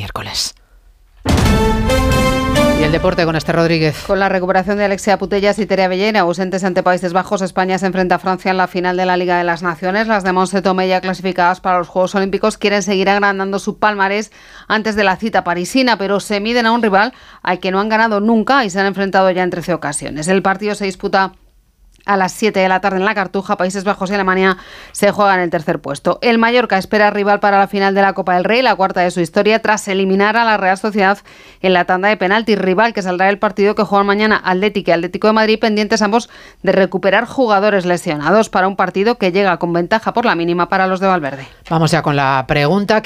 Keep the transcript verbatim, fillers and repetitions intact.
miércoles. Y el deporte con Esther Rodríguez. Con la recuperación de Alexia Putellas y Tere Avellena, ausentes ante Países Bajos, España se enfrenta a Francia en la final de la Liga de las Naciones. Las de Montse Tomé, ya clasificadas para los Juegos Olímpicos, quieren seguir agrandando su palmarés antes de la cita parisina, pero se miden a un rival al que no han ganado nunca y se han enfrentado ya en trece ocasiones. El partido se disputa a las siete de la tarde en la Cartuja. Países Bajos y Alemania se juegan el tercer puesto. El Mallorca espera rival para la final de la Copa del Rey, la cuarta de su historia, tras eliminar a la Real Sociedad en la tanda de penaltis. Rival que saldrá del partido que juegan mañana Atlético y Atlético de Madrid, pendientes ambos de recuperar jugadores lesionados para un partido que llega con ventaja por la mínima para los de Valverde. Vamos ya con la pregunta.